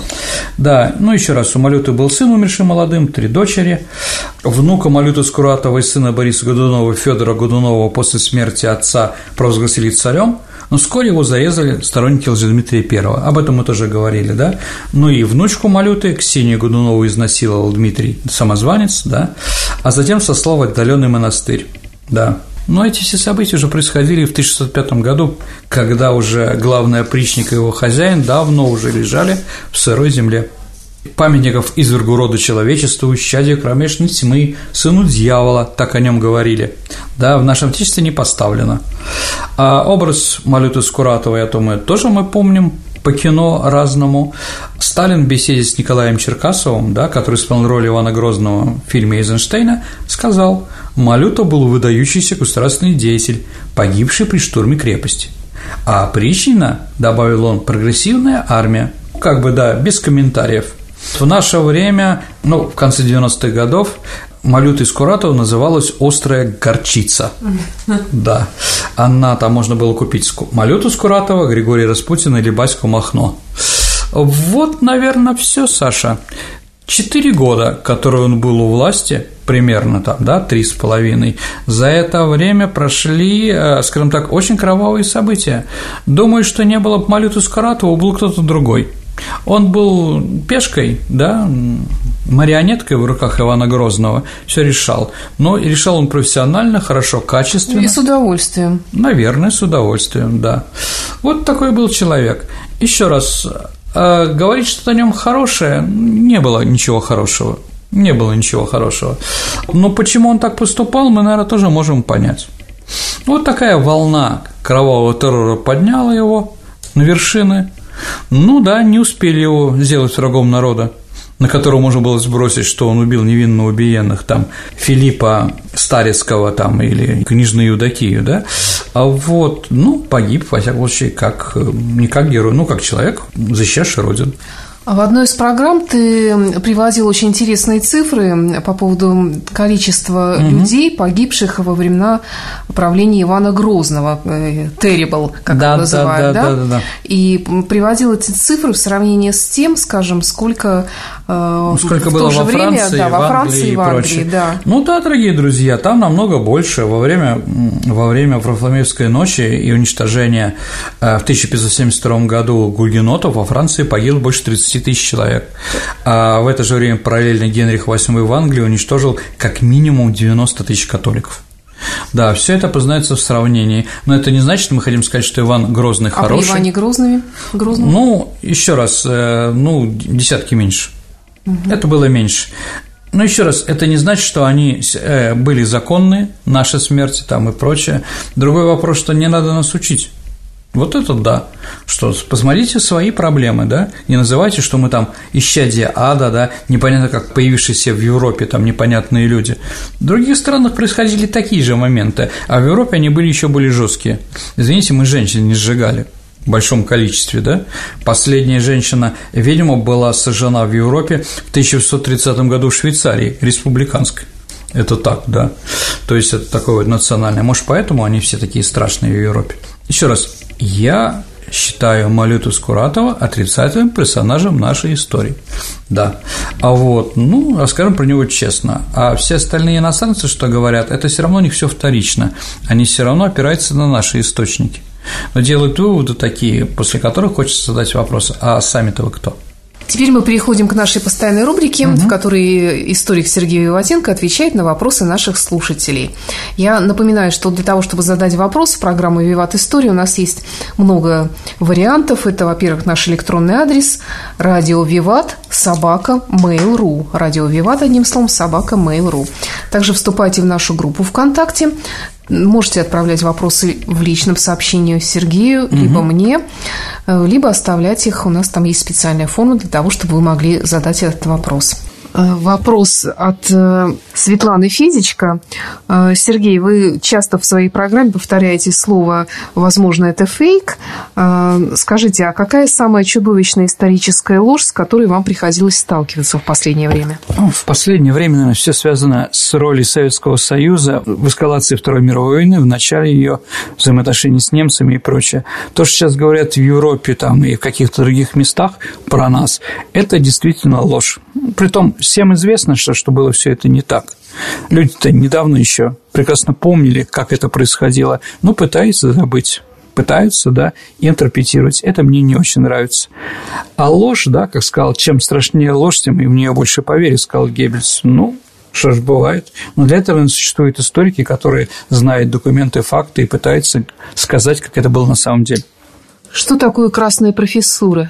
Да, ну еще раз, у Малюты был сын, умерший молодым, три дочери. Внука Малюты Скуратова и сына Бориса Годунова, Федора Годунова, после смерти отца провозгласили царем, но вскоре его зарезали сторонники Лжедмитрия Первого. Об этом мы тоже говорили, да. Ну и внучку Малюты, Ксению Годунову, изнасиловал Дмитрий Самозванец, да, а затем сослал в отдаленный монастырь, да. Но эти все события уже происходили в тысяча шестьсот пятом году, когда уже главный опричник и его хозяин давно уже лежали в сырой земле. Памятников извергу рода человечеству, исчадию кромешной тьмы, сыну дьявола, так о нем говорили, да, в нашем Отечестве не поставлено. А образ Малюты Скуратовой, я думаю, тоже мы помним по кино разному. Сталин в беседе с Николаем Черкасовым, да, который исполнил роль Ивана Грозного в фильме Эйзенштейна, сказал: «Малюта был выдающийся государственный деятель, погибший при штурме крепости. А опричнина, – добавил он, – прогрессивная армия». Как бы, да, без комментариев. В наше время, ну, в конце девяностых годов, Малютой Скуратовой называлась «острая горчица». Да, она там можно было купить Малюту Скуратова, Григория Распутина или Баську Махно. Вот, наверное, все, Саша. Четыре года, которые он был у власти, примерно там, да, три с половиной, за это время прошли, скажем так, очень кровавые события. Думаю, что не было бы Малюты Скуратовой, был кто-то другой. Он был пешкой, да, марионеткой в руках Ивана Грозного, все решал. Но решал он профессионально, хорошо, качественно. И с удовольствием. Наверное, с удовольствием, да. Вот такой был человек. Еще раз, говорить что-то о нем хорошее, не было ничего хорошего. Не было ничего хорошего. Но почему он так поступал, мы, наверное, тоже можем понять. Вот такая волна кровавого террора подняла его на вершины. Ну да, не успели его сделать врагом народа, на которого можно было сбросить, что он убил невинно убиенных, там, Филиппа Старецкого, там, или княжну Евдокию, да, а вот, ну, погиб, во всяком случае, как, не как герой, ну, как человек, защищавший родину. В одной из программ ты приводил очень интересные цифры по поводу количества угу. людей, погибших во времена правления Ивана Грозного, terrible, как да, его называют, да, да? Да, да, да. И приводил эти цифры в сравнении с тем, скажем, сколько, ну, сколько в было то же во время, Франции, да, в во Франции Англии и в Англии, да. Ну да, дорогие друзья, там намного больше. Во время, во время Варфоломеевской ночи и уничтожения в тысяча пятьсот семьдесят втором году гугенотов во Франции погибло больше тридцати тысяч человек, а в это же время параллельно Генрих восьмой в Англии уничтожил как минимум девяносто тысяч католиков. Да, все это познается в сравнении, но это не значит, что мы хотим сказать, что Иван Грозный а хороший. А при Иване Грознове? Грозном? Ну, еще раз, ну, десятки меньше. Угу. Это было меньше. Но еще раз, это не значит, что они были законны, наши смерти там и прочее. Другой вопрос, что не надо нас учить. Вот это да, что посмотрите свои проблемы, да, не называйте, что мы там исчадие ада, да, непонятно как появившиеся в Европе там непонятные люди. В других странах происходили такие же моменты, а в Европе они были еще более жесткие. Извините, мы женщин не сжигали в большом количестве, да. Последняя женщина-ведьма была сожжена в Европе в тысяча восемьсот тридцатом году в Швейцарии, республиканской. Это так, да. То есть это такое вот национальное. Может, поэтому они все такие страшные в Европе. Еще раз. Я считаю Малюту Скуратова отрицательным персонажем нашей истории. Да. А вот, ну, расскажем про него честно. А все остальные иностранцы, что говорят, это все равно у них все вторично. Они все равно опираются на наши источники. Но делают выводы такие, после которых хочется задать вопрос: а сами-то вы кто? Теперь мы переходим к нашей постоянной рубрике, угу. в которой историк Сергей Виватенко отвечает на вопросы наших слушателей. Я напоминаю, что для того, чтобы задать вопрос в программу «Виват История», у нас есть много вариантов. Это, во-первых, наш электронный адрес радиовиват собака mail.ru. Радиовиват, одним словом, собака mail.ru. Также вступайте в нашу группу ВКонтакте. Можете отправлять вопросы в личном сообщении Сергею, угу. либо мне, либо оставлять их. У нас там есть специальная форма для того, чтобы вы могли задать этот вопрос. Вопрос от Светланы Физичка. Сергей, вы часто в своей программе повторяете слово «возможно, это фейк». Скажите, а какая самая чудовищная историческая ложь, с которой вам приходилось сталкиваться в последнее время? В последнее время, наверное, все связано с ролью Советского Союза в эскалации Второй мировой войны, в начале ее взаимоотношений с немцами и прочее. То, что сейчас говорят в Европе там, и в каких-то других местах про нас, это действительно ложь. Притом всем известно, что, что было все это не так. Люди-то недавно еще прекрасно помнили, как это происходило, но пытаются забыть, пытаются, да, интерпретировать. Это мне не очень нравится. А ложь, да, как сказал, чем страшнее ложь, тем и в нее больше поверят, сказал Геббельс. Ну, что ж, бывает. Но для этого существуют историки, которые знают документы, факты и пытаются сказать, как это было на самом деле. Что такое красная профессура?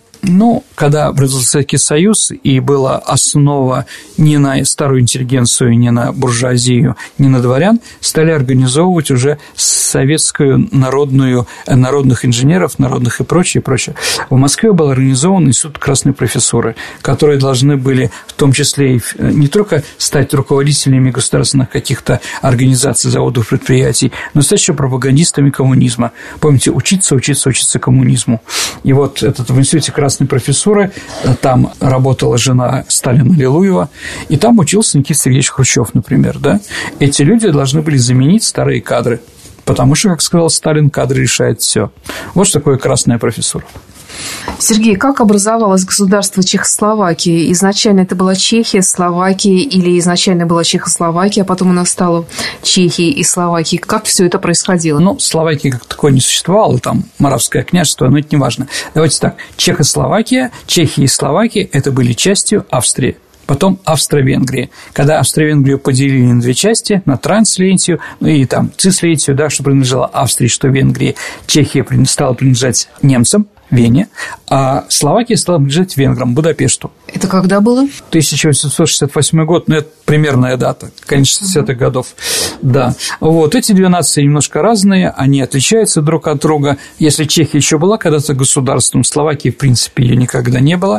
Ну, когда образовался Советский Союз, и была основа не на старую интеллигенцию, не на буржуазию, не на дворян, стали организовывать уже советскую народную, народных инженеров, народных и прочее, и прочее. В Москве был организован институт красной профессуры, которые должны были в том числе не только стать руководителями государственных каких-то организаций, заводов, предприятий, но стать еще пропагандистами коммунизма. Помните, учиться, учиться, учиться коммунизму. И вот этот в институте красной профессуры, там работала жена Сталина Лилуева, и там учился Никита Сергеевич Хрущев, например, да? Эти люди должны были заменить старые кадры, потому что, как сказал Сталин, кадры решают все. Вот что такое красная профессура. Сергей, как образовалось государство Чехословакии? Изначально это была Чехия, Словакия, или изначально была Чехословакия, а потом она стала Чехией и Словакией? Как все это происходило? Ну, Словакии как такое не существовало, там Моравское княжество, но это не важно. Давайте так, Чехословакия, Чехия и Словакия – это были частью Австрии. Потом Австро-Венгрия. Когда Австро-Венгрию поделили на две части, на Транслентию, ну и там Цислентию, да, что принадлежало Австрии, что Венгрии, Чехия стала принадлежать немцам, Вене, а Словакия стала принадлежать венграм, Будапешту. Это когда было? тысяча восемьсот шестьдесят восьмой год, ну, это примерная дата, конец шестидесятых годов, да. Вот, эти две нации немножко разные, они отличаются друг от друга. Если Чехия еще была когда-то государством, Словакии, в принципе, ее никогда не было.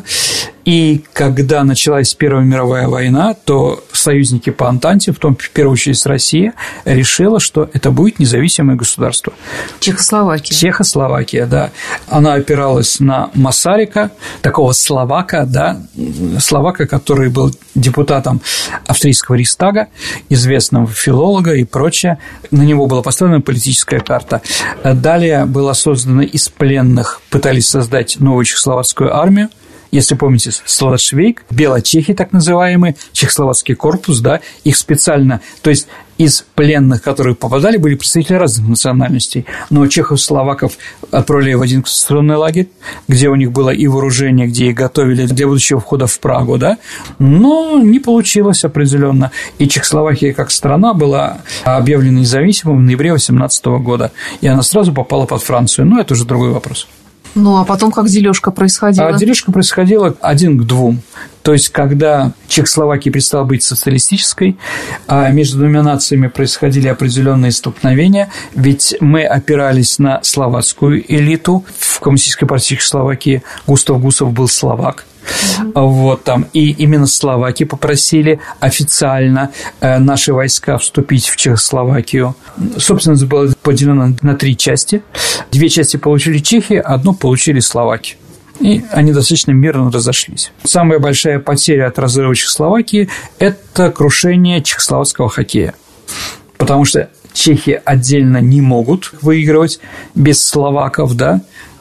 И когда началась Первая мировая война, то союзники по Антанте, в том, в первую очередь Россия, решила, что это будет независимое государство. Чехословакия. Чехословакия, да. Она опиралась на Масарика, такого словака, да, словака, который был депутатом австрийского Рейхстага, известного филолога и прочее. На него была поставлена политическая карта. Далее было создано из пленных, пытались создать новую чехословацкую армию. Если помните, Сладшвейк, белочехи так называемые, чехословацкий корпус, да, их специально, то есть из пленных, которые попадали, были представители разных национальностей, но чехословаков отправили в один концентрационный лагерь, где у них было и вооружение, где их готовили для будущего входа в Прагу, да, но не получилось определенно, и Чехословакия как страна была объявлена независимой в ноябре восемнадцатого года, и она сразу попала под Францию, но это уже другой вопрос. Ну, а потом как дележка происходила? А дележка происходила один к двум. То есть, когда Чехословакия перестала быть социалистической, а между двумя нациями происходили определенные столкновения, ведь мы опирались на словацкую элиту. В Коммунистической партии Чехословакии Густав Гусов был словак. Mm-hmm. Вот там. И именно словаки попросили официально наши войска вступить в Чехословакию. Собственно, это было поделено на три части. Две части получили чехи, одну получили словаки. И они достаточно мирно разошлись. Самая большая потеря от разрыва Чехословакии – это крушение чехословацкого хоккея. Потому что чехи отдельно не могут выигрывать без словаков, да,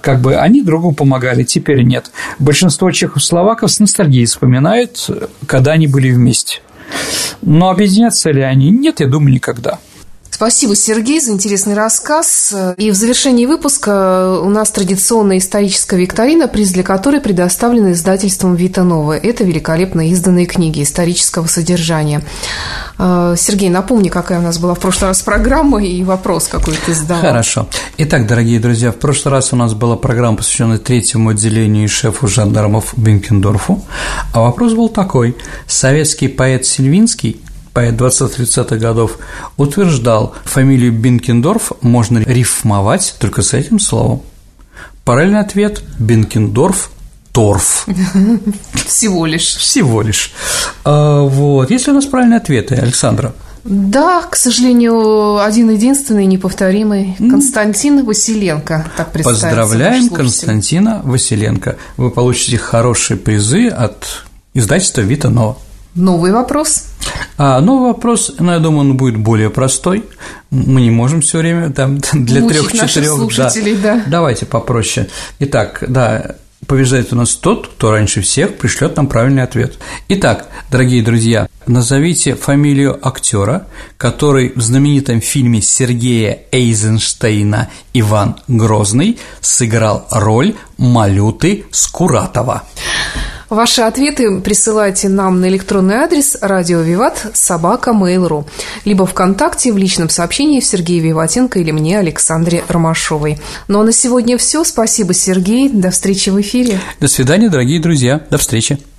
как бы они другу помогали, теперь нет. Большинство чехословаков с ностальгией вспоминают, когда они были вместе. Но объединятся ли они? Нет, я думаю, никогда. Спасибо, Сергей, за интересный рассказ. И в завершении выпуска у нас традиционная историческая викторина, приз для которой предоставлен издательством «Вита Нова». Это великолепно изданные книги исторического содержания. Сергей, напомни, какая у нас была в прошлый раз программа и вопрос, какой ты задавал. Хорошо. Итак, дорогие друзья, в прошлый раз у нас была программа, посвященная третьему отделению и шефу жандармов Бенкендорфу. А вопрос был такой. Советский поэт Сильвинский, поэт двадцатых-тридцатых годов, утверждал, фамилию Бенкендорф можно рифмовать только с этим словом. Правильный ответ – Бенкендорф Торф. Всего лишь. Всего лишь. А, вот. Есть ли у нас правильные ответы, Александра? Да, к сожалению, один-единственный, неповторимый. Константин Василенко. Так представится. Поздравляем Константина Василенко. Вы получите хорошие призы от издательства «Вита Нова». Новый вопрос. А новый вопрос, ну, я думаю, он будет более простой. Мы не можем все время там для трех-четырех. Да. Да. Давайте попроще. Итак, да, побеждает у нас тот, кто раньше всех пришлет нам правильный ответ. Итак, дорогие друзья, назовите фамилию актера, который в знаменитом фильме Сергея Эйзенштейна «Иван Грозный» сыграл роль Малюты Скуратова. Ваши ответы присылайте нам на электронный адрес радио Виват собака мейл точка ру, либо ВКонтакте в личном сообщении в Сергея Виватенко или мне, Александре Ромашовой. Ну а на сегодня все. Спасибо, Сергей. До встречи в эфире. До свидания, дорогие друзья. До встречи.